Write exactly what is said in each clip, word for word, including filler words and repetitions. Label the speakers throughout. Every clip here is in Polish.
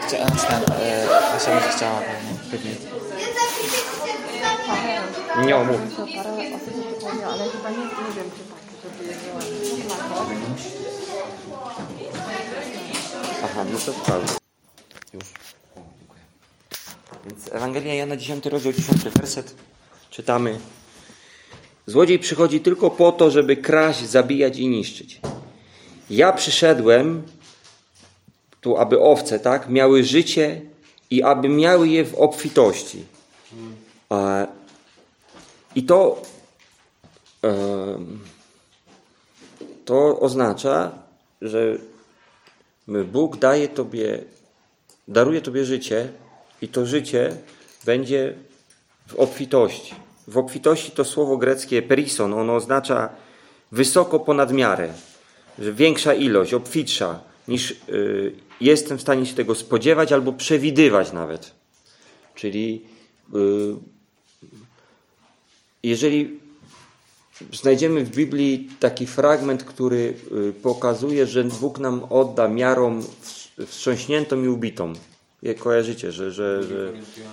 Speaker 1: chcia, ten, Asia by chciała powiedzieć.
Speaker 2: Nie omów.
Speaker 3: Parę osób wypowie, ale chyba nie, nie wiem, czy tak, żeby jeździła.
Speaker 2: Aha, no to prawda. Już. O, dziękuję. Więc Ewangelia Jana, dziesiąty rozdział, dziesiąty werset. Czytamy. Złodziej przychodzi tylko po to, żeby kraść, zabijać i niszczyć. Ja przyszedłem tu, aby owce, tak, miały życie i aby miały je w obfitości. E, I to e, to oznacza, że Bóg daje tobie, daruje tobie życie i to życie będzie w obfitości. W obfitości to słowo greckie perison, ono oznacza wysoko ponad miarę, że większa ilość, obfitsza niż y, jestem w stanie się tego spodziewać albo przewidywać nawet. Czyli y, jeżeli znajdziemy w Biblii taki fragment, który y, pokazuje, że Bóg nam odda miarą wstrząśniętą i ubitą. Je kojarzycie, że, że, że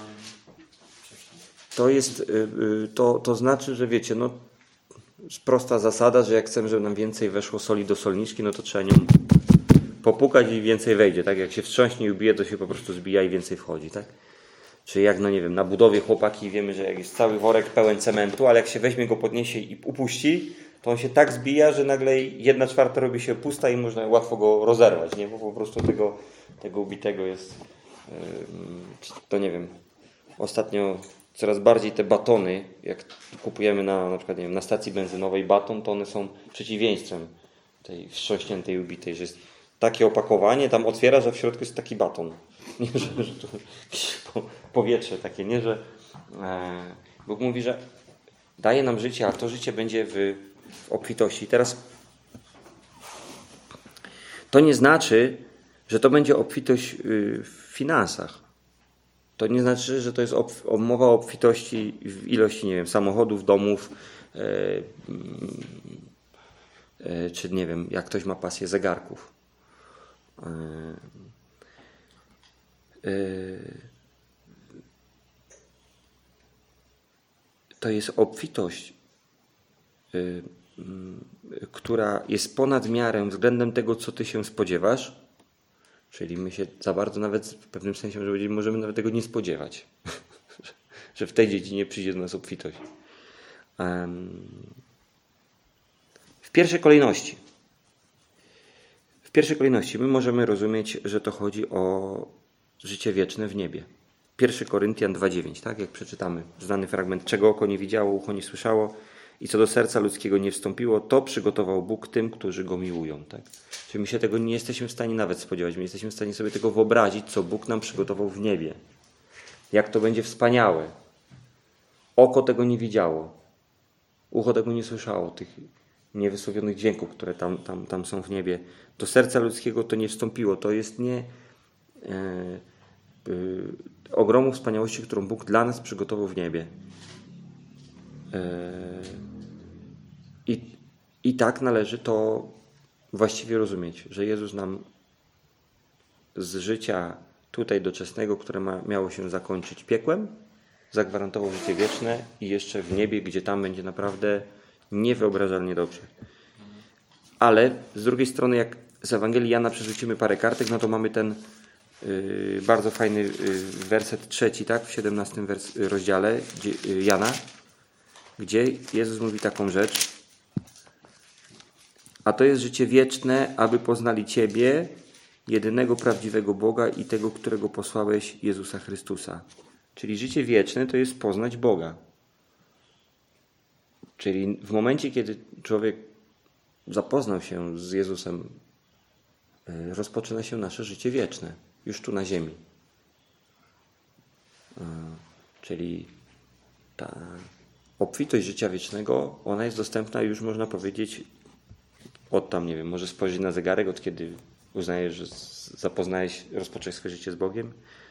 Speaker 2: to jest, y, y, to, to znaczy, że wiecie, no prosta zasada, że jak chcemy, żeby nam więcej weszło soli do solniczki, no to trzeba nią popukać i więcej wejdzie, tak? Jak się wstrząśnie i ubije, to się po prostu zbija i więcej wchodzi, tak? Czy jak, no nie wiem, na budowie chłopaki wiemy, że jak jest cały worek pełen cementu, ale jak się weźmie go, podniesie i upuści, to on się tak zbija, że nagle jedna czwarta robi się pusta i można łatwo go rozerwać, nie? Bo po prostu tego, tego ubitego jest, yy, to nie wiem, ostatnio coraz bardziej te batony, jak kupujemy na, na przykład nie wiem, na stacji benzynowej baton, to one są przeciwieństwem tej wstrząśniętej, ubitej, że jest takie opakowanie, tam otwiera, a w środku jest taki baton. Nie, że, że to jakieś powietrze takie, nie, że e, Bóg mówi, że daje nam życie, a to życie będzie w, w obfitości. I teraz to nie znaczy, że to będzie obfitość w finansach. To nie znaczy, że to jest ob, mowa o obfitości w ilości, nie wiem, samochodów, domów, e, e, czy nie wiem, jak ktoś ma pasję zegarków. E, e, to jest obfitość, e, która jest ponad miarę względem tego, co ty się spodziewasz. Czyli my się za bardzo nawet w pewnym sensie możemy nawet tego nie spodziewać, że w tej dziedzinie przyjdzie do nas obfitość. W pierwszej kolejności, w pierwszej kolejności my możemy rozumieć, że to chodzi o życie wieczne w niebie. pierwszy Koryntian dwa dziewięć, tak? Jak przeczytamy znany fragment, czego oko nie widziało, ucho nie słyszało i co do serca ludzkiego nie wstąpiło, to przygotował Bóg tym, którzy Go miłują. Tak? Czyli my się tego nie jesteśmy w stanie nawet spodziewać. My jesteśmy w stanie sobie tego wyobrazić, co Bóg nam przygotował w niebie. Jak to będzie wspaniałe. Oko tego nie widziało. Ucho tego nie słyszało. Tych niewysłowionych dźwięków, które tam, tam, tam są w niebie. Do serca ludzkiego to nie wstąpiło. To jest nie e, e, ogromu wspaniałości, którą Bóg dla nas przygotował w niebie. I, I tak należy to właściwie rozumieć, że Jezus nam z życia tutaj doczesnego, które ma, miało się zakończyć piekłem, zagwarantował życie wieczne i jeszcze w niebie, gdzie tam będzie naprawdę niewyobrażalnie dobrze. Ale z drugiej strony, jak z Ewangelii Jana przerzucimy parę kartek, no to mamy ten yy, bardzo fajny yy, werset trzeci, tak, w siedemnastym wers- rozdziale yy, Jana, gdzie Jezus mówi taką rzecz. A to jest życie wieczne, aby poznali Ciebie, jedynego prawdziwego Boga i tego, którego posłałeś, Jezusa Chrystusa. Czyli życie wieczne to jest poznać Boga. Czyli w momencie, kiedy człowiek zapoznał się z Jezusem, rozpoczyna się nasze życie wieczne. Już tu na ziemi. Czyli ta obfitość życia wiecznego, ona jest dostępna już, można powiedzieć, od tam, nie wiem, może spojrzeć na zegarek, od kiedy uznajesz, że zapoznałeś, rozpocząłeś swoje życie z Bogiem.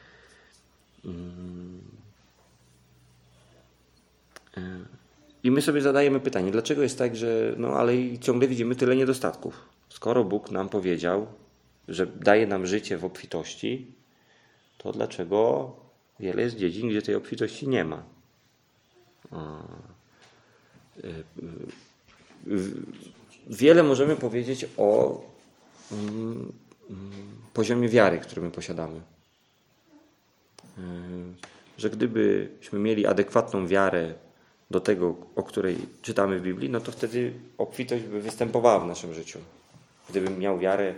Speaker 2: I my sobie zadajemy pytanie, dlaczego jest tak, że no ale ciągle widzimy tyle niedostatków. Skoro Bóg nam powiedział, że daje nam życie w obfitości, to dlaczego wiele jest dziedzin, gdzie tej obfitości nie ma? Wiele możemy powiedzieć o poziomie wiary, który my posiadamy. Że gdybyśmy mieli adekwatną wiarę do tego, o której czytamy w Biblii, no to wtedy obfitość by występowała w naszym życiu. Gdybym miał wiarę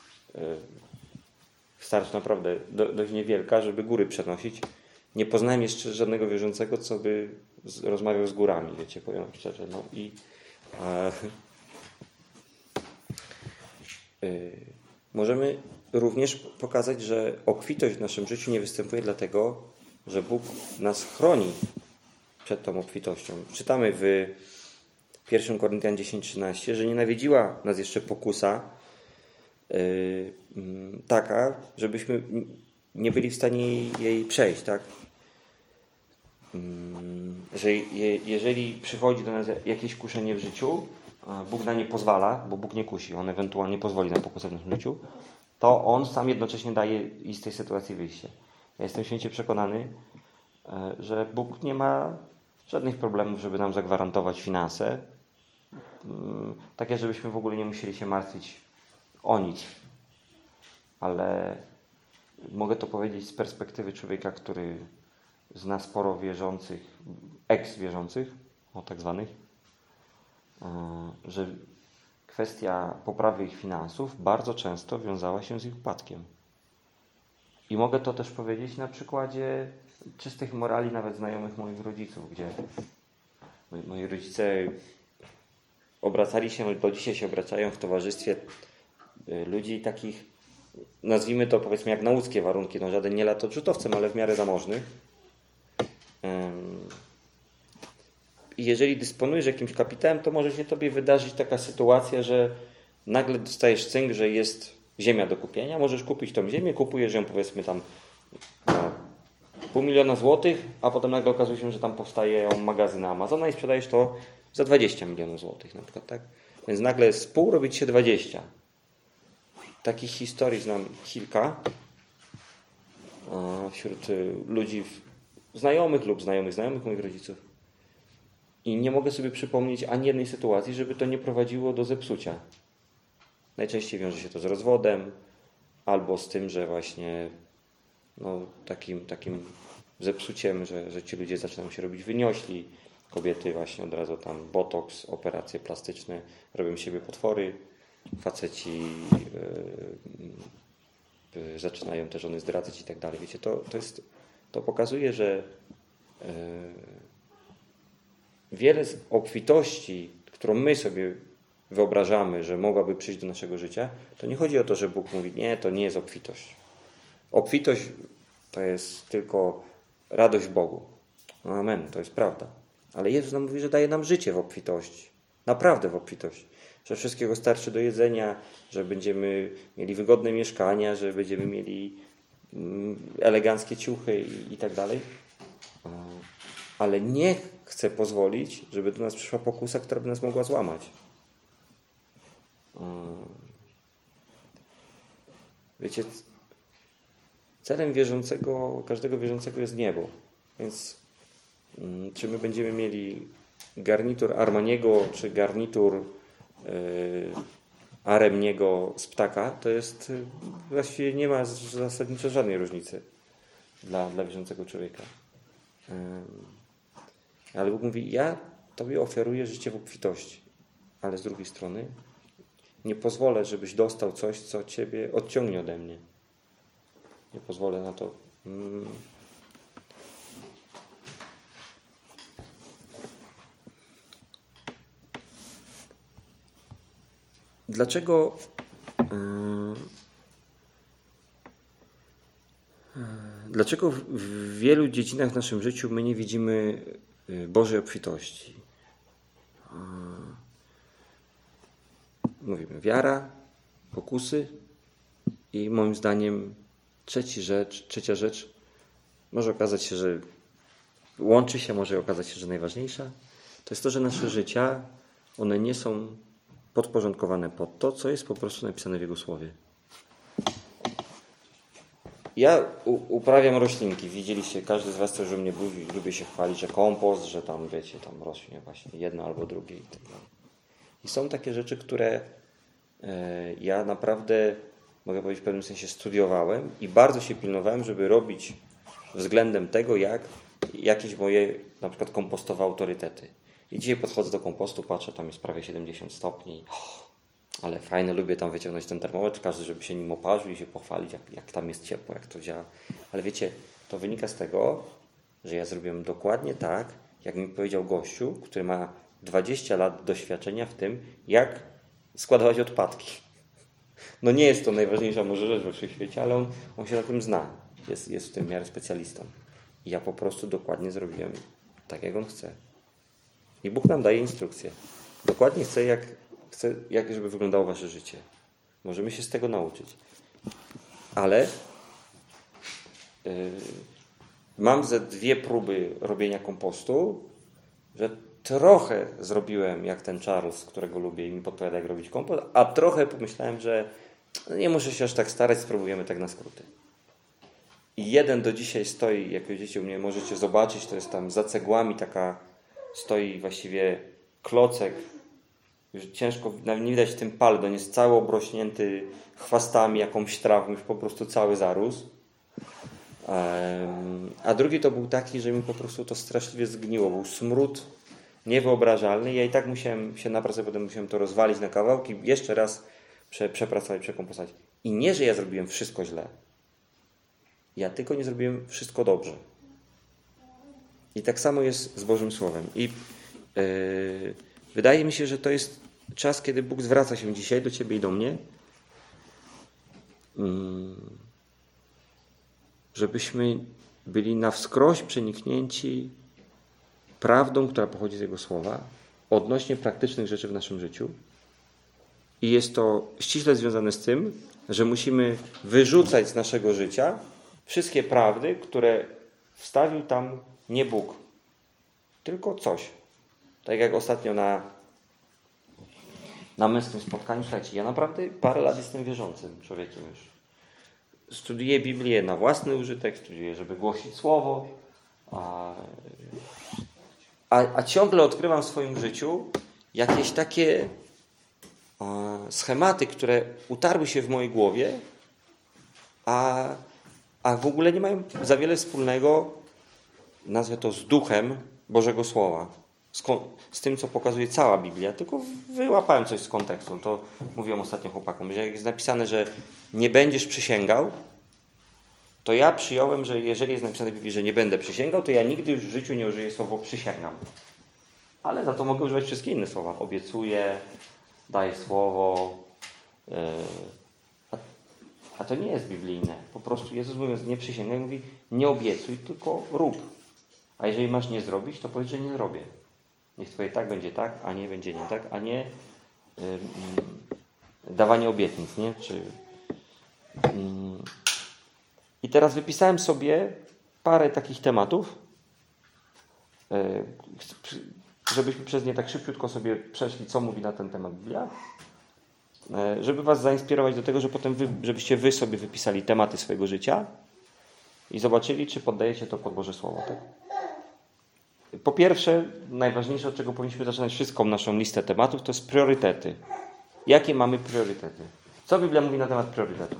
Speaker 2: starcz naprawdę do, dość niewielka, żeby góry przenosić. Nie poznałem jeszcze żadnego wierzącego, co by z, rozmawiał z górami, wiecie, powiem szczerze. No i a, y, możemy również pokazać, że obfitość w naszym życiu nie występuje dlatego, że Bóg nas chroni przed tą obfitością. Czytamy w pierwszym Koryntian dziesięć trzynaście, że nie nawiedziła nas jeszcze pokusa yy, taka, żebyśmy nie byli w stanie jej przejść, tak? Yy, że je, jeżeli przychodzi do nas jakieś kuszenie w życiu, Bóg na nie pozwala, bo Bóg nie kusi, On ewentualnie pozwoli na pokusę w naszym życiu, to On sam jednocześnie daje i z tej sytuacji wyjście. Ja jestem święcie przekonany, że Bóg nie ma żadnych problemów, żeby nam zagwarantować finanse, takie, żebyśmy w ogóle nie musieli się martwić o nic. Ale mogę to powiedzieć z perspektywy człowieka, który zna sporo wierzących, eks-wierzących, o tak zwanych, że kwestia poprawy ich finansów bardzo często wiązała się z ich upadkiem. I mogę to też powiedzieć na przykładzie czystych morali nawet znajomych moich rodziców, gdzie moi rodzice obracali się, do dzisiaj się obracają w towarzystwie ludzi takich, nazwijmy to powiedzmy jak na łódzkie warunki, no żaden nie latodrzutowcem, ale w miarę zamożnych. I jeżeli dysponujesz jakimś kapitałem, to może się tobie wydarzyć taka sytuacja, że nagle dostajesz cynk, że jest ziemia do kupienia, możesz kupić tą ziemię, kupujesz ją powiedzmy tam na pół miliona złotych, a potem nagle okazuje się, że tam powstaje magazyn na Amazona i sprzedajesz to za dwadzieścia milionów złotych na przykład, tak? Więc nagle z pół robić się dwadzieścia. Takich historii znam kilka wśród ludzi znajomych lub znajomych znajomych moich rodziców. I nie mogę sobie przypomnieć ani jednej sytuacji, żeby to nie prowadziło do zepsucia. Najczęściej wiąże się to z rozwodem albo z tym, że właśnie no, takim, takim zepsuciem, że, że ci ludzie zaczynają się robić wyniośli. Kobiety właśnie od razu tam botoks, operacje plastyczne, robią siebie potwory. Faceci yy, yy, zaczynają te żony zdradzać i tak dalej. Wiecie, to, to, jest, to pokazuje, że yy, wiele z obfitości, którą my sobie wyobrażamy, że mogłaby przyjść do naszego życia, to nie chodzi o to, że Bóg mówi, nie, to nie jest obfitość. Obfitość to jest tylko radość w Bogu. Amen, to jest prawda. Ale Jezus nam mówi, że daje nam życie w obfitości. Naprawdę w obfitości. Że wszystkiego starczy do jedzenia, że będziemy mieli wygodne mieszkania, że będziemy mieli eleganckie ciuchy i, i tak dalej. Ale nie chce pozwolić, żeby do nas przyszła pokusa, która by nas mogła złamać. Wiecie, celem wierzącego, każdego wierzącego jest niebo. Więc czy my będziemy mieli garnitur Armaniego, czy garnitur yy, Aremniego z ptaka, to jest właściwie nie ma zasadniczo żadnej różnicy dla, dla wierzącego człowieka. Yy. Ale Bóg mówi, ja tobie ofiaruję życie w obfitości. Ale z drugiej strony nie pozwolę, żebyś dostał coś, co ciebie odciągnie ode mnie. Nie pozwolę na to. Hmm. Dlaczego yy, yy, dlaczego w, w wielu dziedzinach w naszym życiu my nie widzimy Bożej obfitości? Yy, mówimy wiara, pokusy i moim zdaniem trzeci rzecz, trzecia rzecz może okazać się, że łączy się, może okazać się, że najważniejsza, to jest to, że nasze życia, one nie są podporządkowane pod to, co jest po prostu napisane w Jego Słowie. Ja u, uprawiam roślinki. Widzieliście, każdy z was też u mnie był, lubię się chwalić, że kompost, że tam, wiecie, tam rośnie właśnie jedno albo drugie i tak dalej. I są takie rzeczy, które e, ja naprawdę, mogę powiedzieć, w pewnym sensie studiowałem i bardzo się pilnowałem, żeby robić względem tego, jak jakieś moje na przykład kompostowe autorytety. I dzisiaj podchodzę do kompostu, patrzę, tam jest prawie siedemdziesiąt stopni. Oh, ale fajne, lubię tam wyciągnąć ten termometr, każdy, żeby się nim oparzył i się pochwalić, jak, jak tam jest ciepło, jak to działa. Ale wiecie, to wynika z tego, że ja zrobiłem dokładnie tak, jak mi powiedział gościu, który ma dwadzieścia lat doświadczenia w tym, jak składować odpadki. No nie jest to najważniejsza może rzecz we wszechświecie, ale on, on się na tym zna. Jest, jest w tym w miarę specjalistą. I ja po prostu dokładnie zrobiłem tak, jak on chce. I Bóg nam daje instrukcję. Dokładnie chce, jak chce, jak żeby wyglądało wasze życie. Możemy się z tego nauczyć. Ale yy, mam ze dwie próby robienia kompostu, że trochę zrobiłem jak ten Charles, którego lubię i mi podpowiada, jak robić kompost, a trochę pomyślałem, że nie muszę się aż tak starać, spróbujemy tak na skróty. I jeden do dzisiaj stoi, jak widzicie u mnie, możecie zobaczyć, to jest tam za cegłami taka, stoi właściwie klocek, już ciężko, nawet nie widać w tym pal, on jest cały obrośnięty chwastami, jakąś trawą, już po prostu cały zarósł. A drugi to był taki, że mi po prostu to straszliwie zgniło, był smród niewyobrażalny. Ja i tak musiałem się naprawdę, potem musiałem to rozwalić na kawałki, jeszcze raz prze, przepracować, przekompostować. I nie, że ja zrobiłem wszystko źle. Ja tylko nie zrobiłem wszystko dobrze. I tak samo jest z Bożym Słowem. I yy, wydaje mi się, że to jest czas, kiedy Bóg zwraca się dzisiaj do ciebie i do mnie, yy, żebyśmy byli na wskroś przeniknięci prawdą, która pochodzi z Jego Słowa, odnośnie praktycznych rzeczy w naszym życiu. I jest to ściśle związane z tym, że musimy wyrzucać z naszego życia wszystkie prawdy, które wstawił tam nie Bóg, tylko coś. Tak jak ostatnio na, na męskim spotkaniu, słuchajcie, ja naprawdę parę lat jestem wierzącym człowiekiem już. Studiuję Biblię na własny użytek, studiuję, żeby głosić Słowo, a, a, a ciągle odkrywam w swoim życiu jakieś takie a, schematy, które utarły się w mojej głowie, a, a w ogóle nie mają za wiele wspólnego, nazwę to, z duchem Bożego Słowa. Z, z tym, co pokazuje cała Biblia, tylko wyłapałem coś z kontekstu. To mówiłem ostatnio chłopakom, że jak jest napisane, że nie będziesz przysięgał, to ja przyjąłem, że jeżeli jest napisane w Biblii, że nie będę przysięgał, to ja nigdy już w życiu nie użyję słowa przysięgam. Ale za to mogę używać wszystkie inne słowa. Obiecuję, daję słowo. Yy, a, a to nie jest biblijne. Po prostu Jezus, mówiąc nie przysięgaj, mówi nie obiecuj, tylko rób. A jeżeli masz nie zrobić, to powiedz, że nie zrobię. Niech twoje tak będzie tak, a nie będzie nie tak, a nie yy, yy, dawanie obietnic, nie? Czy, yy. I teraz wypisałem sobie parę takich tematów, yy, żebyśmy przez nie tak szybciutko sobie przeszli, co mówi na ten temat Biblia, yy, żeby was zainspirować do tego, że potem wy, żebyście wy sobie wypisali tematy swojego życia i zobaczyli, czy poddajecie to pod Boże Słowo, tak? Po pierwsze, najważniejsze, od czego powinniśmy zaczynać wszystką naszą listę tematów, to jest priorytety. Jakie mamy priorytety? Co Biblia mówi na temat priorytetów?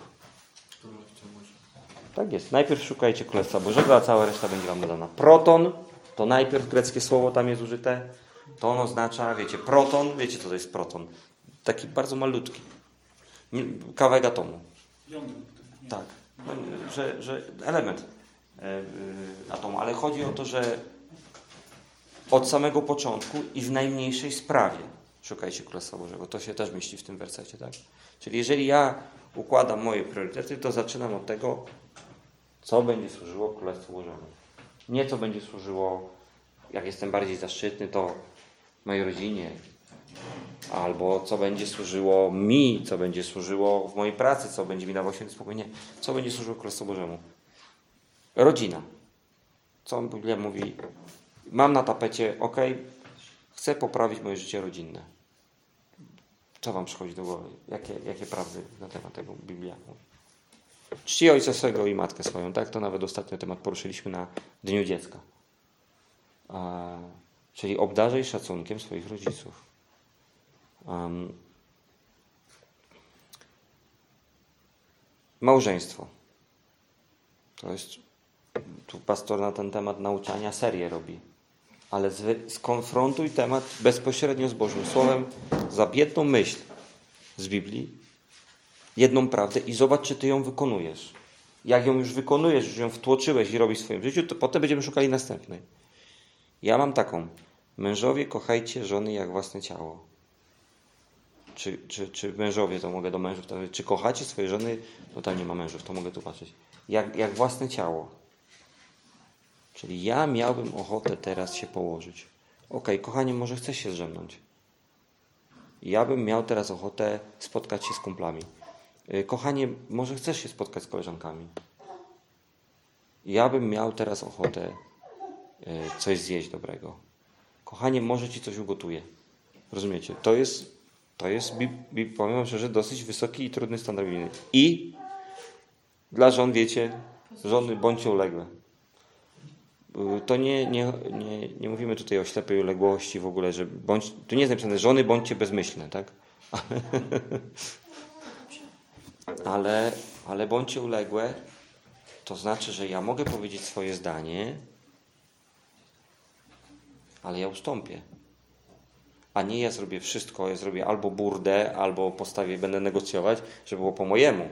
Speaker 2: Tak jest. Najpierw szukajcie Królestwa Bożego, a cała reszta będzie wam dodana. Proton, to najpierw greckie słowo tam jest użyte. To on oznacza, wiecie, proton. Wiecie, co to jest proton? Taki bardzo malutki. Kawałek atomu. Tak. Że, że element atomu. Ale chodzi o to, że od samego początku i w najmniejszej sprawie szukajcie Królestwa Bożego. To się też mieści w tym wersecie, tak? Czyli jeżeli ja układam moje priorytety, to zaczynam od tego, co będzie służyło Królestwu Bożemu. Nie co będzie służyło, jak jestem bardziej zaszczytny, to mojej rodzinie. Albo co będzie służyło mi, co będzie służyło w mojej pracy, co będzie mi dawało święty spokój. Nie. Co będzie służyło Królestwu Bożemu? Rodzina. Co Biblia mówi? Mam na tapecie, ok, chcę poprawić moje życie rodzinne. Co wam przychodzi do głowy? Jakie, jakie prawdy na temat tego Biblia mówi? Czci ojca swego i matkę swoją. Tak, to nawet ostatnio temat poruszyliśmy na Dniu Dziecka. A, czyli obdarzaj szacunkiem swoich rodziców. Um, małżeństwo. To jest, tu pastor na ten temat nauczania serię robi. Ale skonfrontuj temat bezpośrednio z Bożym Słowem, za jedną myśl z Biblii, jedną prawdę i zobacz, czy ty ją wykonujesz. Jak ją już wykonujesz, już ją wtłoczyłeś i robisz w swoim życiu, to potem będziemy szukali następnej. Ja mam taką. Mężowie, kochajcie żony jak własne ciało. Czy, czy, czy mężowie, to mogę do mężów, to, czy kochacie swoje żony, no tam nie ma mężów, to mogę tu patrzeć. Jak, jak własne ciało. Czyli ja miałbym ochotę teraz się położyć. Okej, kochanie, może chcesz się zdrzemnąć. Ja bym miał teraz ochotę spotkać się z kumplami. Kochanie, może chcesz się spotkać z koleżankami. Ja bym miał teraz ochotę coś zjeść dobrego. Kochanie, może ci coś ugotuję. Rozumiecie? To jest, to jest powiem wam szczerze, dosyć wysoki i trudny standard biblijny. I dla żon, wiecie, żony bądźcie uległe. To nie, nie, nie, nie mówimy tutaj o ślepej uległości w ogóle, że bądź, tu nie jest napisane żony bądźcie bezmyślne, tak? Ale, ale bądźcie uległe, to znaczy, że ja mogę powiedzieć swoje zdanie, ale ja ustąpię. A nie ja zrobię wszystko, ja zrobię albo burdę, albo postawię, będę negocjować, żeby było po mojemu.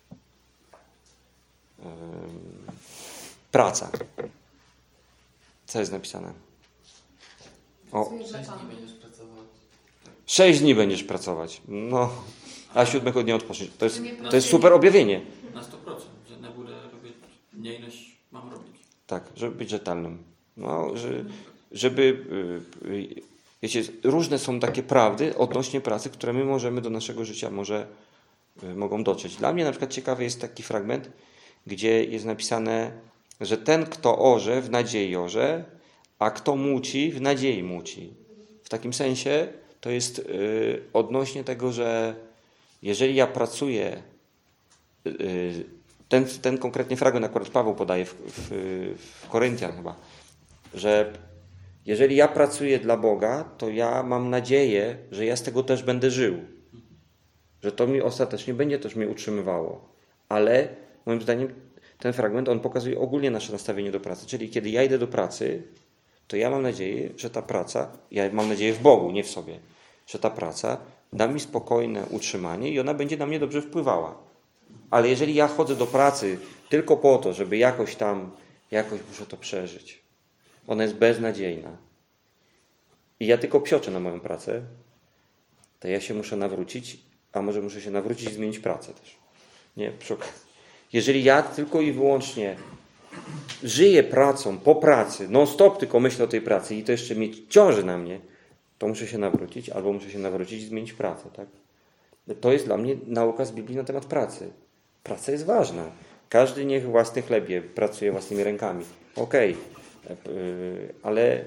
Speaker 2: Yy, praca. Co jest napisane? O,
Speaker 1: Sześć dni będziesz pracować.
Speaker 2: sześć dni będziesz pracować. No, a siódmego dnia odpocząć. To jest, to jest super objawienie.
Speaker 1: Na sto procent, że na górę robię mniej niż mam robić.
Speaker 2: Tak, żeby być rzetelnym. No, że, żeby, wiecie, różne są takie prawdy odnośnie pracy, które my możemy do naszego życia może mogą dotrzeć. Dla mnie na przykład ciekawy jest taki fragment, gdzie jest napisane, że ten, kto orze, w nadziei orze, a kto muci, w nadziei muci. W takim sensie to jest yy, odnośnie tego, że jeżeli ja pracuję, yy, ten, ten konkretnie fragment akurat Paweł podaje w, w, w Koryntian chyba, że jeżeli ja pracuję dla Boga, to ja mam nadzieję, że ja z tego też będę żył. Że to mi ostatecznie będzie też mnie utrzymywało. Ale moim zdaniem ten fragment, on pokazuje ogólnie nasze nastawienie do pracy. Czyli kiedy ja idę do pracy, to ja mam nadzieję, że ta praca, ja mam nadzieję w Bogu, nie w sobie, że ta praca da mi spokojne utrzymanie i ona będzie na mnie dobrze wpływała. Ale jeżeli ja chodzę do pracy tylko po to, żeby jakoś tam, jakoś muszę to przeżyć, ona jest beznadziejna i ja tylko psioczę na moją pracę, to ja się muszę nawrócić, a może muszę się nawrócić i zmienić pracę też. Nie, przy okazji. Jeżeli ja tylko i wyłącznie żyję pracą, po pracy, non stop tylko myślę o tej pracy i to jeszcze mi ciąży na mnie, to muszę się nawrócić, albo muszę się nawrócić i zmienić pracę. Tak? To jest dla mnie nauka z Biblii na temat pracy. Praca jest ważna. Każdy niech własny chleb je, pracuje własnymi rękami. Okej, okay. yy, ale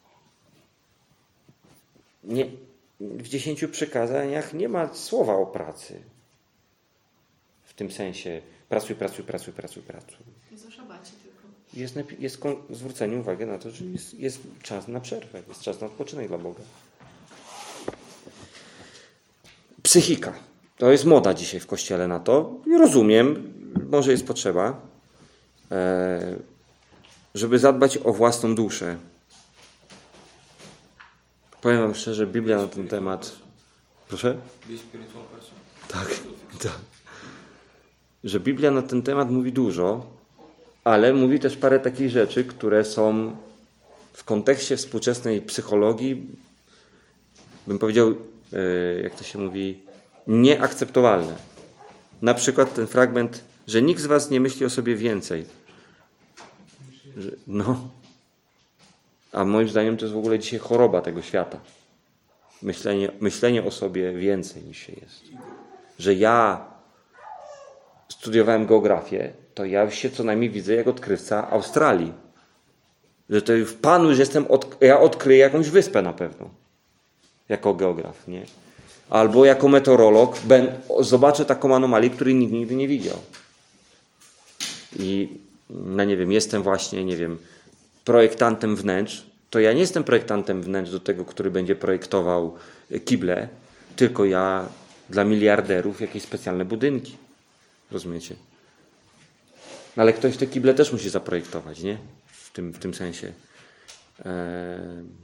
Speaker 2: nie, w dziesięciu przykazaniach nie ma słowa o pracy. W tym sensie pracuj, pracuj, pracuj, pracuj, pracuj.
Speaker 3: Jest o szabacie tylko.
Speaker 2: Jest, jest zwrócenie uwagi na to, że jest, jest czas na przerwę, jest czas na odpoczynek dla Boga. Psychika. To jest moda dzisiaj w Kościele na to. I rozumiem, może jest potrzeba, żeby zadbać o własną duszę. Powiem wam szczerze, Biblia na ten temat... Proszę? Tak, tak. Że Biblia na ten temat mówi dużo, ale mówi też parę takich rzeczy, które są w kontekście współczesnej psychologii, bym powiedział, jak to się mówi, nieakceptowalne. Na przykład ten fragment, że nikt z was nie myśli o sobie więcej. Że, no. A moim zdaniem to jest w ogóle dzisiaj choroba tego świata. Myślenie, myślenie o sobie więcej niż się jest. Że ja studiowałem geografię, to ja się co najmniej widzę jak odkrywca Australii. Że to w Panu już jestem, od, ja odkryję jakąś wyspę na pewno. Jako geograf, nie? Albo jako meteorolog ben, zobaczę taką anomalię, której nikt nigdy nie widział. i no nie wiem, jestem właśnie, nie wiem, projektantem wnętrz, to ja nie jestem projektantem wnętrz do tego, który będzie projektował kible, tylko ja dla miliarderów jakieś specjalne budynki. Rozumiecie? No ale ktoś te kible też musi zaprojektować, nie? W tym, w tym sensie. Eee...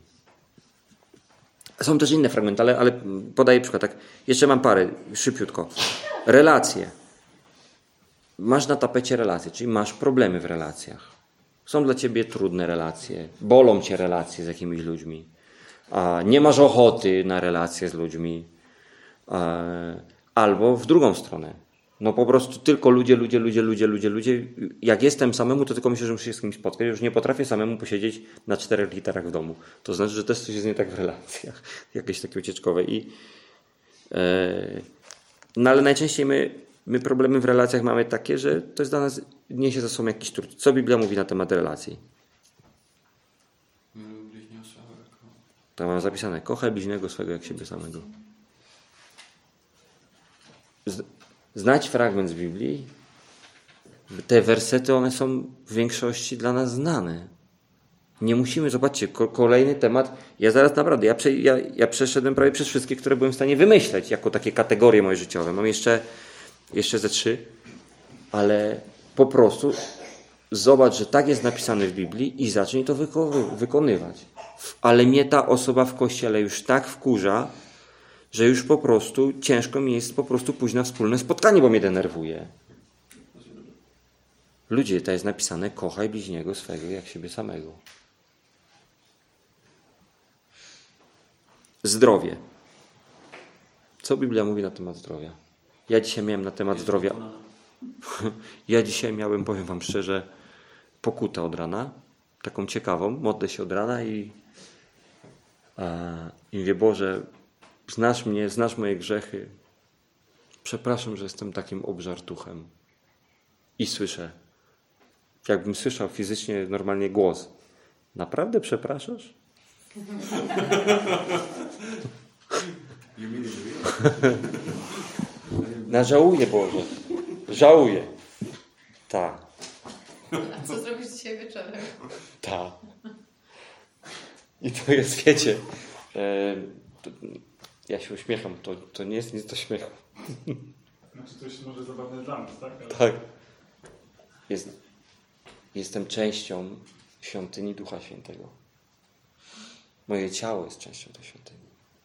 Speaker 2: Są też inne fragmenty, ale, ale podaję przykład. Tak. Jeszcze mam parę, szybciutko. Relacje. Masz na tapecie relacje, czyli masz problemy w relacjach. Są dla ciebie trudne relacje, bolą cię relacje z jakimiś ludźmi. A nie masz ochoty na relacje z ludźmi. A, albo w drugą stronę. No po prostu tylko ludzie, ludzie, ludzie, ludzie, ludzie, ludzie. Jak jestem samemu, to tylko myślę, że muszę się z kimś spotkać. Już nie potrafię samemu posiedzieć na czterech literach w domu. To znaczy, że też coś jest nie tak w relacjach. Jakieś takie ucieczkowe. I, e, no ale najczęściej my, my problemy w relacjach mamy takie, że to jest dla nas, niesie za sobą jakiś trud. Co Biblia mówi na temat relacji? Tam mam zapisane. Kochaj bliźniego swego jak siebie samego. Znać fragment z Biblii, te wersety, one są w większości dla nas znane. Nie musimy, zobaczcie, ko- kolejny temat. Ja zaraz naprawdę, ja, prze, ja, ja przeszedłem prawie przez wszystkie, które byłem w stanie wymyśleć jako takie kategorie moje życiowe. Mam jeszcze, jeszcze ze trzy, ale po prostu zobacz, że tak jest napisane w Biblii i zacznij to wyko- wykonywać. Ale mnie ta osoba w kościele już tak wkurza, że już po prostu ciężko mi jest po prostu pójść na wspólne spotkanie, bo mnie denerwuje. Ludzie, to jest napisane, kochaj bliźniego swego jak siebie samego. Zdrowie. Co Biblia mówi na temat zdrowia? Ja dzisiaj miałem na temat zdrowia... Ja dzisiaj miałem, powiem wam szczerze, pokutę od rana. Taką ciekawą. Modlę się od rana i, a, i mówię, Boże, znasz mnie, znasz moje grzechy. Przepraszam, że jestem takim obżartuchem. I słyszę, jakbym słyszał fizycznie normalnie głos. Naprawdę przepraszasz? Na żałuję, Boże. Żałuję. Tak.
Speaker 4: A co zrobisz dzisiaj wieczorem?
Speaker 2: Tak. I to jest, wiecie, e, to, ja się uśmiecham, to, to nie jest nic do śmiechu.
Speaker 5: Znaczy to jest może zabawne dla nas, tak? Ale...
Speaker 2: Tak. Jest, jestem częścią świątyni Ducha Świętego. Moje ciało jest częścią tej świątyni.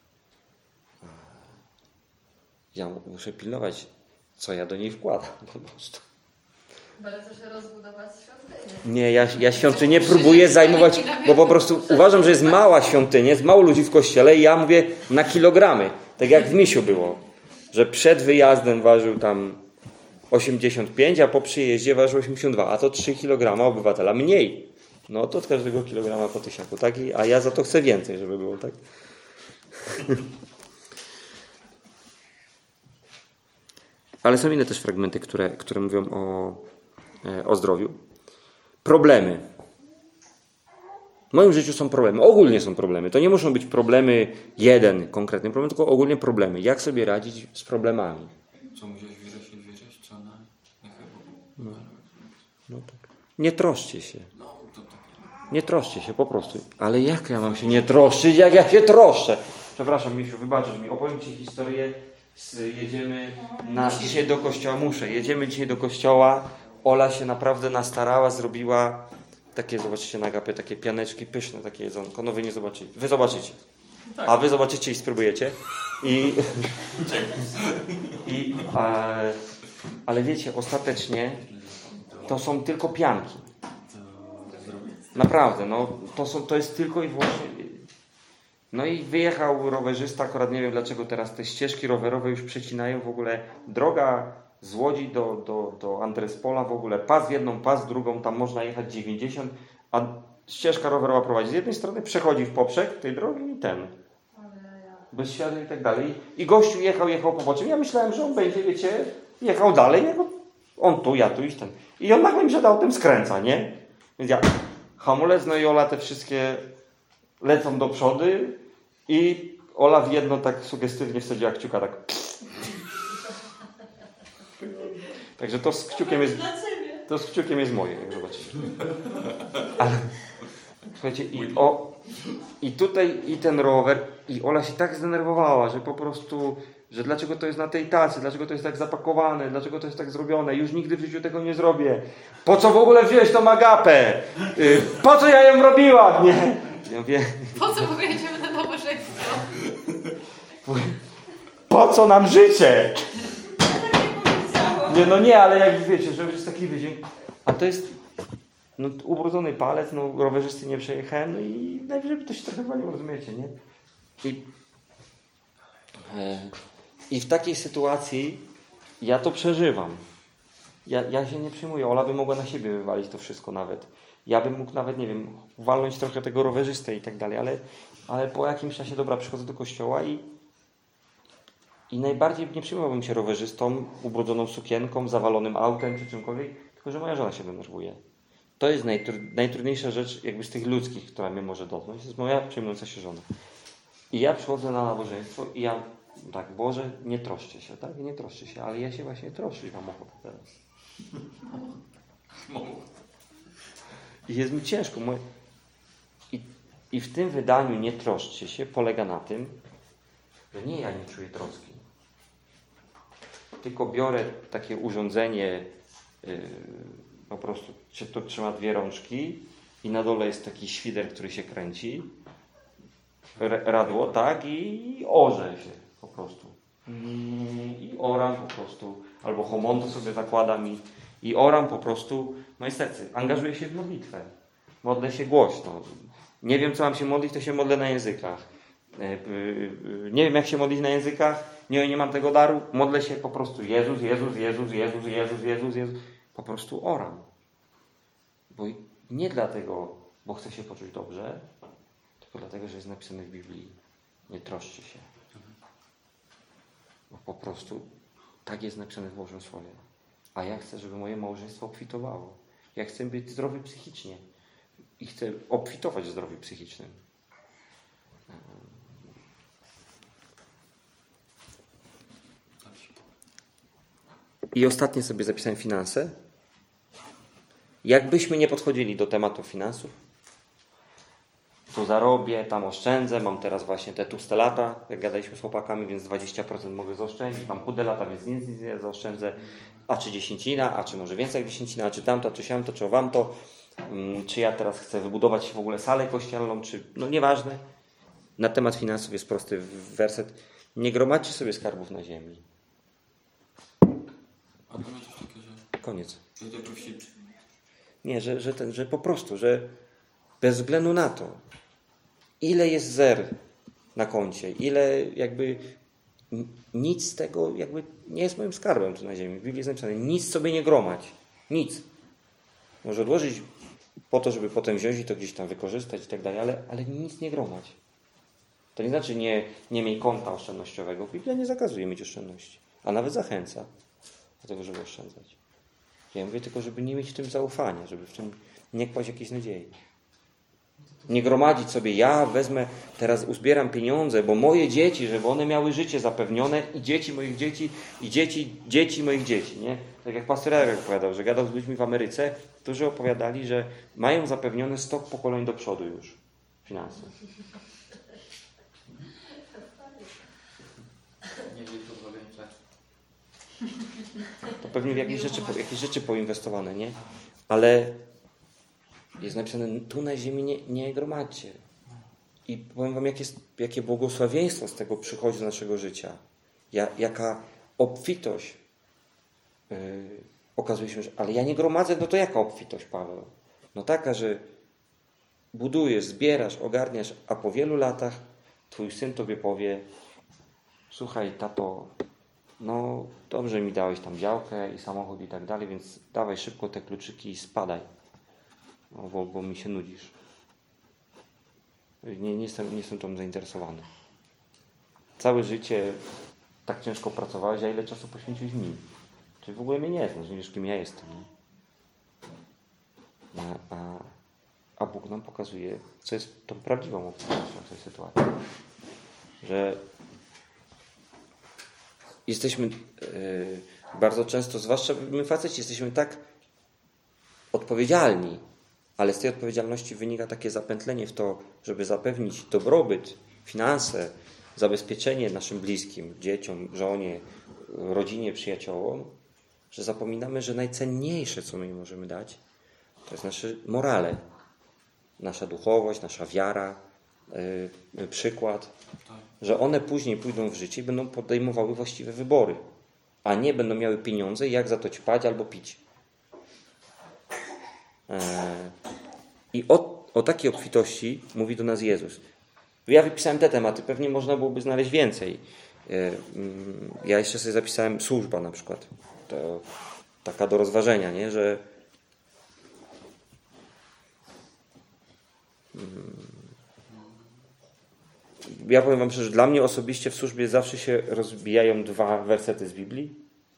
Speaker 2: Ja muszę pilnować, co ja do niej wkładam po prostu.
Speaker 4: Ale też rozbudować świątynię.
Speaker 2: Nie, ja, ja świątynię próbuję zajmować, bo po prostu uważam, że jest mała świątynia, jest mało ludzi w kościele i ja mówię na kilogramy. Tak jak w Misiu było, że przed wyjazdem ważył tam osiemdziesiąt pięć, a po przyjeździe ważył osiemdziesiąt dwa, a to trzy kilogramy obywatela mniej. No to od każdego kilograma po tysiaku, tak? A ja za to chcę więcej, żeby było, tak? Ale są inne też fragmenty, które, które mówią o, o zdrowiu. Problemy. W moim życiu są problemy. Ogólnie są problemy. To nie muszą być problemy, jeden konkretny problem, tylko ogólnie problemy. Jak sobie radzić z problemami?
Speaker 1: Co musiałeś wierzyć i wierzyć? Co na...
Speaker 2: No. No tak. Nie troszcie się.
Speaker 1: No, to takie...
Speaker 2: Nie troszcie się, po prostu. Ale jak ja mam się nie troszczyć, jak ja się troszczę? Przepraszam, Misiu, wybaczysz mi. Opowiem ci historię. Jedziemy na, dzisiaj do kościoła. Muszę. Jedziemy dzisiaj do kościoła. Ola się naprawdę nastarała, zrobiła takie, zobaczycie na agapie, takie pianeczki pyszne, takie jedzonko. No wy nie zobaczycie. Wy zobaczycie. A wy zobaczycie i spróbujecie. I, i a, ale wiecie, ostatecznie to są tylko pianki. Naprawdę, no to, są, to jest tylko i wyłącznie... No i wyjechał rowerzysta, akurat nie wiem dlaczego teraz te ścieżki rowerowe już przecinają w ogóle. Droga z Łodzi do, do, do Andrespola w ogóle, pas w jedną, pas w drugą, tam można jechać dziewięćdziesiąt, a ścieżka rowerowa prowadzi z jednej strony, przechodzi w poprzek tej drogi i ten. Bez światła i tak dalej. I gościu jechał, jechał po boczem. Ja myślałem, że on będzie, wiecie, jechał dalej, on tu, ja tu i ten. I on nagle mi się autem skręca, nie? Więc ja hamulec, no i Ola te wszystkie lecą do przodu i Ola w jedno tak sugestywnie wsadziła kciuka, tak. Także to z kciukiem jest... To z kciukiem jest moje, jak zobaczycie. Ale słuchajcie, i, o, i tutaj i ten rower, i Ola się tak zdenerwowała, że po prostu, że dlaczego to jest na tej tacy, dlaczego to jest tak zapakowane, dlaczego to jest tak zrobione, już nigdy w życiu tego nie zrobię. Po co w ogóle wziąłeś tą agapę? Yy, po co ja ją robiłam? Nie? Ja mówię,
Speaker 4: Po co w ogóle idziemy na nabożeństwo?
Speaker 2: po co nam życie? Nie, no nie, ale jak wiecie, że jest taki tydzień. A to jest no, ubrudzony palec, no rowerzysty nie przejechałem, no i najwyżej by to się trochę waliło, rozumiecie, nie? I, e, I w takiej sytuacji ja to przeżywam. Ja, ja się nie przyjmuję. Ola by mogła na siebie wywalić to wszystko nawet. Ja bym mógł nawet, nie wiem, walnąć trochę tego rowerzystę i tak dalej, ale, ale po jakimś czasie, dobra, przychodzę do kościoła i I najbardziej nie przyjmowałbym się rowerzystą, ubrudzoną sukienką, zawalonym autem czy czymkolwiek, tylko że moja żona się denerwuje. To jest najtru- najtrudniejsza rzecz jakby z tych ludzkich, która mnie może dotknąć. To jest moja przejmująca się żona. I ja przychodzę na nabożeństwo i ja tak, Boże, nie troszczcie się, tak? Nie troszczcie się, ale ja się właśnie troszczę i mam ochotę teraz. I jest mi ciężko. Moje... I, I w tym wydaniu nie troszczcie się polega na tym, że nie ja nie czuję troski. Tylko biorę takie urządzenie, yy, po prostu to trzyma dwie rączki i na dole jest taki świder, który się kręci, radło, tak, i orze się po prostu. I oram po prostu, albo homonto sobie zakładam i, i oram po prostu moje serce. Angażuję się w modlitwę. Modlę się głośno. Nie wiem, co mam się modlić, to się modlę na językach. Nie wiem, jak się modlić na językach, nie, nie mam tego daru, modlę się po prostu Jezus, Jezus, Jezus, Jezus, Jezus, Jezus, Jezus. Po prostu oram. Bo nie dlatego, bo chcę się poczuć dobrze, tylko dlatego, że jest napisane w Biblii. Nie troszczcie się. Bo po prostu tak jest napisane w Bożym Słowie. A ja chcę, żeby moje małżeństwo obfitowało. Ja chcę być zdrowy psychicznie. I chcę obfitować w zdrowiu psychicznym. I ostatnie sobie zapisałem finanse. Jakbyśmy nie podchodzili do tematu finansów, tu zarobię, tam oszczędzę, mam teraz właśnie te tłuste lata, jak gadaliśmy z chłopakami, więc dwadzieścia procent mogę zaoszczędzić, mam chude lata, więc nic, nic nie zaoszczędzę, a czy dziesięcina, a czy może więcej jak dziesięcina, a czy tamto, czy siamto, czy owamto, um, czy ja teraz chcę wybudować w ogóle salę kościelną, czy, no nieważne. Na temat finansów jest prosty werset. Nie gromadźcie sobie skarbów na ziemi.
Speaker 1: A to ma coś takie, że...
Speaker 2: Koniec.
Speaker 1: Że to prosi...
Speaker 2: Nie, że, że, ten, że po prostu, że bez względu na to, ile jest zer na koncie, ile jakby nic z tego jakby nie jest moim skarbem tu na ziemi. W Biblii jest napisane, nic sobie nie gromadź. Nic. Może odłożyć po to, żeby potem wziąć i to gdzieś tam wykorzystać i tak dalej, ale, ale nic nie gromadź. To nie znaczy nie, nie miej konta oszczędnościowego. Biblia nie zakazuje mieć oszczędności, a nawet zachęca do tego, żeby oszczędzać. Ja mówię tylko, żeby nie mieć w tym zaufania, żeby w tym nie kłaść jakiejś nadziei. Nie gromadzić sobie, ja wezmę, teraz uzbieram pieniądze, bo moje dzieci, żeby one miały życie zapewnione i dzieci moich dzieci, i dzieci, dzieci moich dzieci, nie? Tak jak pastor Jarek opowiadał, że gadał z ludźmi w Ameryce, którzy opowiadali, że mają zapewnione sto pokoleń do przodu już finanse.
Speaker 1: Nie wiem, co zrobię, tak.
Speaker 2: To pewnie w jakieś rzeczy, jakieś rzeczy poinwestowane, nie? Ale jest napisane, tu na ziemi nie, nie gromadźcie. I powiem wam, jakie, jakie błogosławieństwo z tego przychodzi do naszego życia. Ja, jaka obfitość yy, okazuje się, że ale ja nie gromadzę, no to jaka obfitość, Paweł? No taka, że budujesz, zbierasz, ogarniasz, a po wielu latach twój syn tobie powie, słuchaj, tato, no dobrze mi dałeś tam działkę i samochód i tak dalej, więc dawaj szybko te kluczyki i spadaj, no, bo, bo mi się nudzisz. Nie, nie, jestem, nie jestem tym zainteresowany. Całe życie tak ciężko pracowałeś, a ile czasu poświęciłeś mi? Czyli w ogóle mnie nie znasz, nie wiesz, kim ja jestem. Nie? A, a, a Bóg nam pokazuje, co jest tą prawdziwą obecnością w tej sytuacji. Że jesteśmy yy, bardzo często, zwłaszcza my faceci, jesteśmy tak odpowiedzialni, ale z tej odpowiedzialności wynika takie zapętlenie w to, żeby zapewnić dobrobyt, finanse, zabezpieczenie naszym bliskim, dzieciom, żonie, rodzinie, przyjaciołom, że zapominamy, że najcenniejsze, co my im możemy dać, to jest nasze morale, nasza duchowość, nasza wiara, yy, przykład, że one później pójdą w życie i będą podejmowały właściwe wybory, a nie będą miały pieniądze, jak za to ćpać albo pić. Yy. I o, o takiej obfitości mówi do nas Jezus. Ja wypisałem te tematy, pewnie można byłoby znaleźć więcej. Ja jeszcze sobie zapisałem służba na przykład. To taka do rozważenia, nie? Że ja powiem wam szczerze, że dla mnie osobiście w służbie zawsze się rozbijają dwa wersety z Biblii.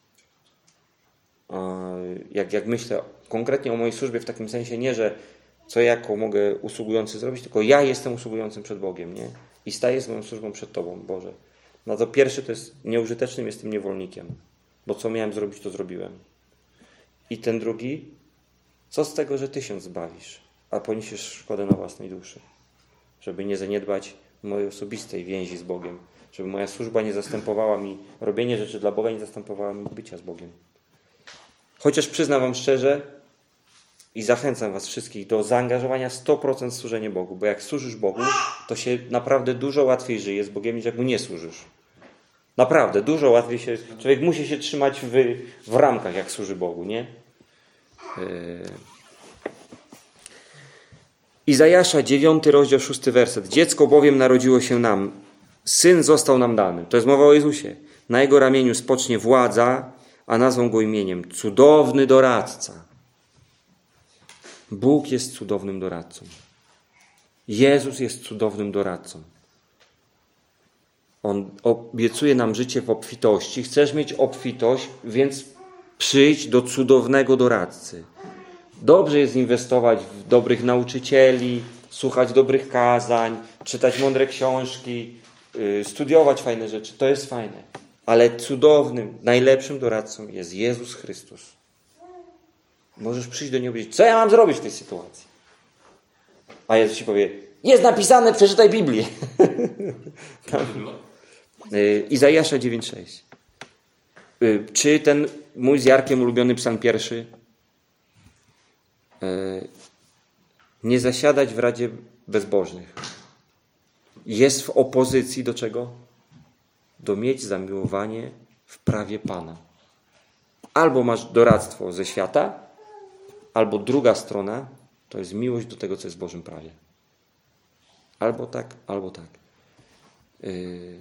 Speaker 2: Jak, jak myślę konkretnie o mojej służbie w takim sensie nie, że co jako mogę usługujący zrobić, tylko ja jestem usługującym przed Bogiem, nie? I staję z moją służbą przed Tobą, Boże. No to pierwszy to jest nieużytecznym jestem niewolnikiem, bo co miałem zrobić, to zrobiłem. I ten drugi, co z tego, że tysiąc zbawisz, a poniesiesz szkodę na własnej duszy, żeby nie zaniedbać mojej osobistej więzi z Bogiem, żeby moja służba nie zastępowała mi, robienie rzeczy dla Boga nie zastępowała mi bycia z Bogiem. Chociaż przyznam wam szczerze i zachęcam was wszystkich do zaangażowania sto procent w służenie Bogu, bo jak służysz Bogu, to się naprawdę dużo łatwiej żyje z Bogiem, niż jak Mu nie służysz. Naprawdę, dużo łatwiej się... Człowiek musi się trzymać w, w ramkach, jak służy Bogu, nie? Yy... Izajasza, dziewiąty rozdział, szósty werset. Dziecko bowiem narodziło się nam, syn został nam dany. To jest mowa o Jezusie. Na Jego ramieniu spocznie władza, a nazwą Go imieniem Cudowny Doradca. Bóg jest cudownym doradcą. Jezus jest cudownym doradcą. On obiecuje nam życie w obfitości. Chcesz mieć obfitość, więc przyjdź do cudownego doradcy. Dobrze jest inwestować w dobrych nauczycieli, słuchać dobrych kazań, czytać mądre książki, yy, studiować fajne rzeczy. To jest fajne. Ale cudownym, najlepszym doradcą jest Jezus Chrystus. Możesz przyjść do Niego i powiedzieć, co ja mam zrobić w tej sytuacji? A Jezus ci powie, jest napisane, przeczytaj Biblię. Tam. Yy, Izajasza dziewięć sześć. Yy, czy ten mój z Jarkiem ulubiony psalm pierwszy? Yy, nie zasiadać w radzie bezbożnych. Jest w opozycji do czego? Do mieć zamiłowanie w prawie Pana. Albo masz doradztwo ze świata, albo druga strona to jest miłość do tego, co jest w Bożym prawie. Albo tak, albo tak. Yy...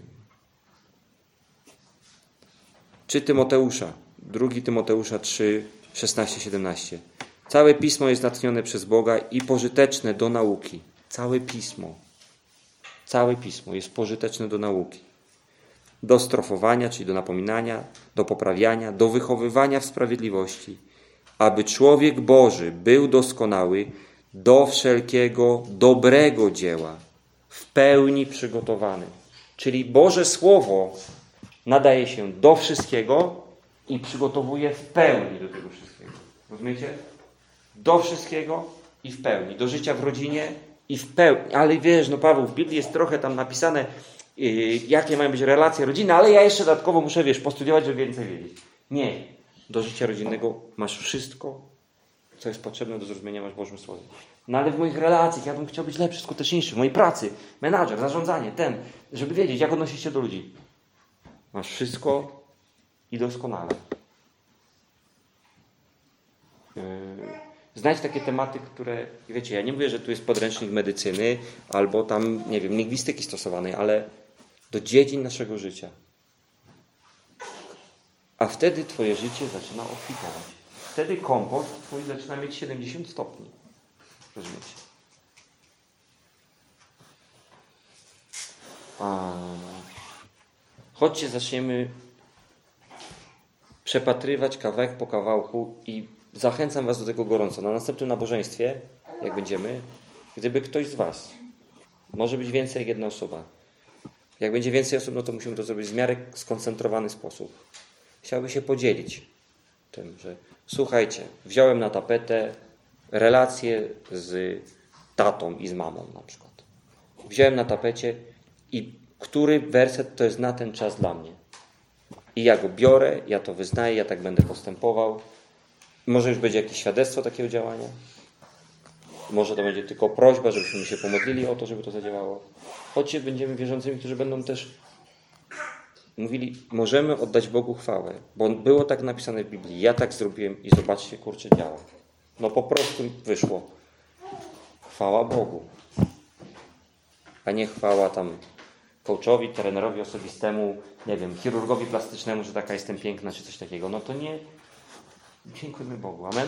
Speaker 2: Czy Tymoteusza? drugi Tymoteusza trzy, szesnaście siedemnaście. Całe Pismo jest natchnione przez Boga i pożyteczne do nauki. Całe Pismo. Całe Pismo jest pożyteczne do nauki. Do strofowania, czyli do napominania, do poprawiania, do wychowywania w sprawiedliwości, aby człowiek Boży był doskonały do wszelkiego dobrego dzieła, w pełni przygotowany. Czyli Boże Słowo nadaje się do wszystkiego i przygotowuje w pełni do tego wszystkiego. Rozumiecie? Do wszystkiego i w pełni. Do życia w rodzinie i w pełni. Ale wiesz, no Paweł, w Biblii jest trochę tam napisane, jakie mają być relacje rodzinne, ale ja jeszcze dodatkowo muszę, wiesz, postudiować, żeby więcej wiedzieć. Nie. Do życia rodzinnego masz wszystko, co jest potrzebne do zrozumienia, masz w Bożym Słowie. No ale w moich relacjach ja bym chciał być lepszy, skuteczniejszy. W mojej pracy, menadżer, zarządzanie, ten, żeby wiedzieć, jak odnosić się do ludzi. Masz wszystko i doskonale. Znajdź takie tematy, które, wiecie, ja nie mówię, że tu jest podręcznik medycyny albo tam, nie wiem, lingwistyki stosowanej, ale do dziedzin naszego życia. A wtedy twoje życie zaczyna obfitować. Wtedy kompost twój zaczyna mieć siedemdziesiąt stopni. Rozumiecie? A... Chodźcie, zaczniemy przepatrywać kawałek po kawałku i zachęcam was do tego gorąco. Na następnym nabożeństwie, jak będziemy, gdyby ktoś z was, może być więcej jak jedna osoba, jak będzie więcej osób, no to musimy to zrobić w miarę skoncentrowany sposób. Chciałby się podzielić tym, że słuchajcie, wziąłem na tapetę relacje z tatą i z mamą na przykład. Wziąłem na tapecie i który werset to jest na ten czas dla mnie. I ja go biorę, ja to wyznaję, ja tak będę postępował. Może już będzie jakieś świadectwo takiego działania. Może to będzie tylko prośba, żebyśmy się pomodlili o to, żeby to zadziałało. Choćcie będziemy wierzącymi, którzy będą też mówili, możemy oddać Bogu chwałę, bo było tak napisane w Biblii. Ja tak zrobiłem i zobaczcie, kurczę, działa. No po prostu wyszło. Chwała Bogu. A nie chwała tam coachowi, trenerowi osobistemu, nie wiem, chirurgowi plastycznemu, że taka jestem piękna, czy coś takiego. No to nie. Dziękujmy Bogu. Amen?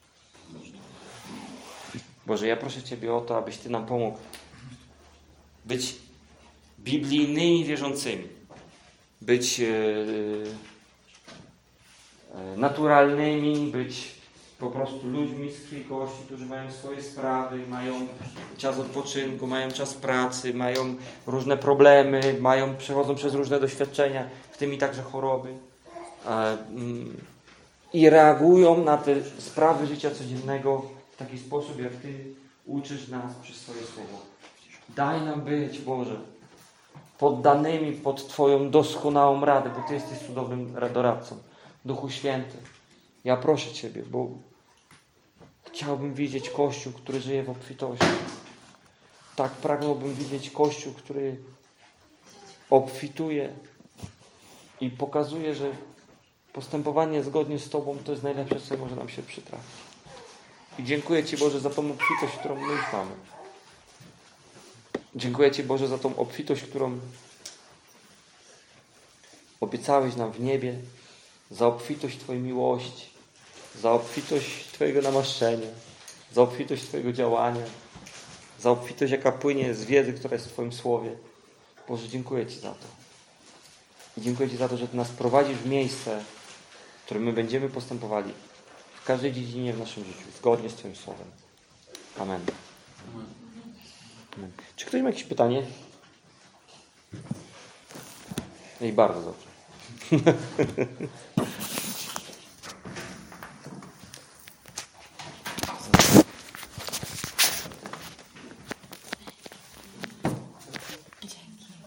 Speaker 2: Boże, ja proszę Ciebie o to, abyś Ty nam pomógł być biblijnymi wierzącymi. Być yy, yy, naturalnymi, być po prostu ludźmi z Twojej kości, którzy mają swoje sprawy, mają czas odpoczynku, mają czas pracy, mają różne problemy, mają, przechodzą przez różne doświadczenia, w tym i także choroby. I reagują na te sprawy życia codziennego w taki sposób, jak Ty uczysz nas przez swoje słowo. Daj nam być, Boże, poddanymi pod Twoją doskonałą radę, bo Ty jesteś cudownym doradcą. Duchu Święty, ja proszę Ciebie, bo chciałbym widzieć Kościół, który żyje w obfitości. Tak pragnąłbym widzieć Kościół, który obfituje i pokazuje, że postępowanie zgodnie z Tobą to jest najlepsze, co może nam się przytrafić. I dziękuję Ci, Boże, za tą obfitość, którą my już mamy. Dziękuję Ci, Boże, za tą obfitość, którą obiecałeś nam w niebie, za obfitość Twojej miłości, za obfitość Twojego namaszczenia, za obfitość Twojego działania, za obfitość, jaka płynie z wiedzy, która jest w Twoim Słowie. Boże, dziękuję Ci za to. I dziękuję Ci za to, że Ty nas prowadzisz w miejsce, w którym my będziemy postępowali w każdej dziedzinie w naszym życiu, zgodnie z Twoim Słowem. Amen. Amen. Czy ktoś ma jakieś pytanie? I bardzo dobrze.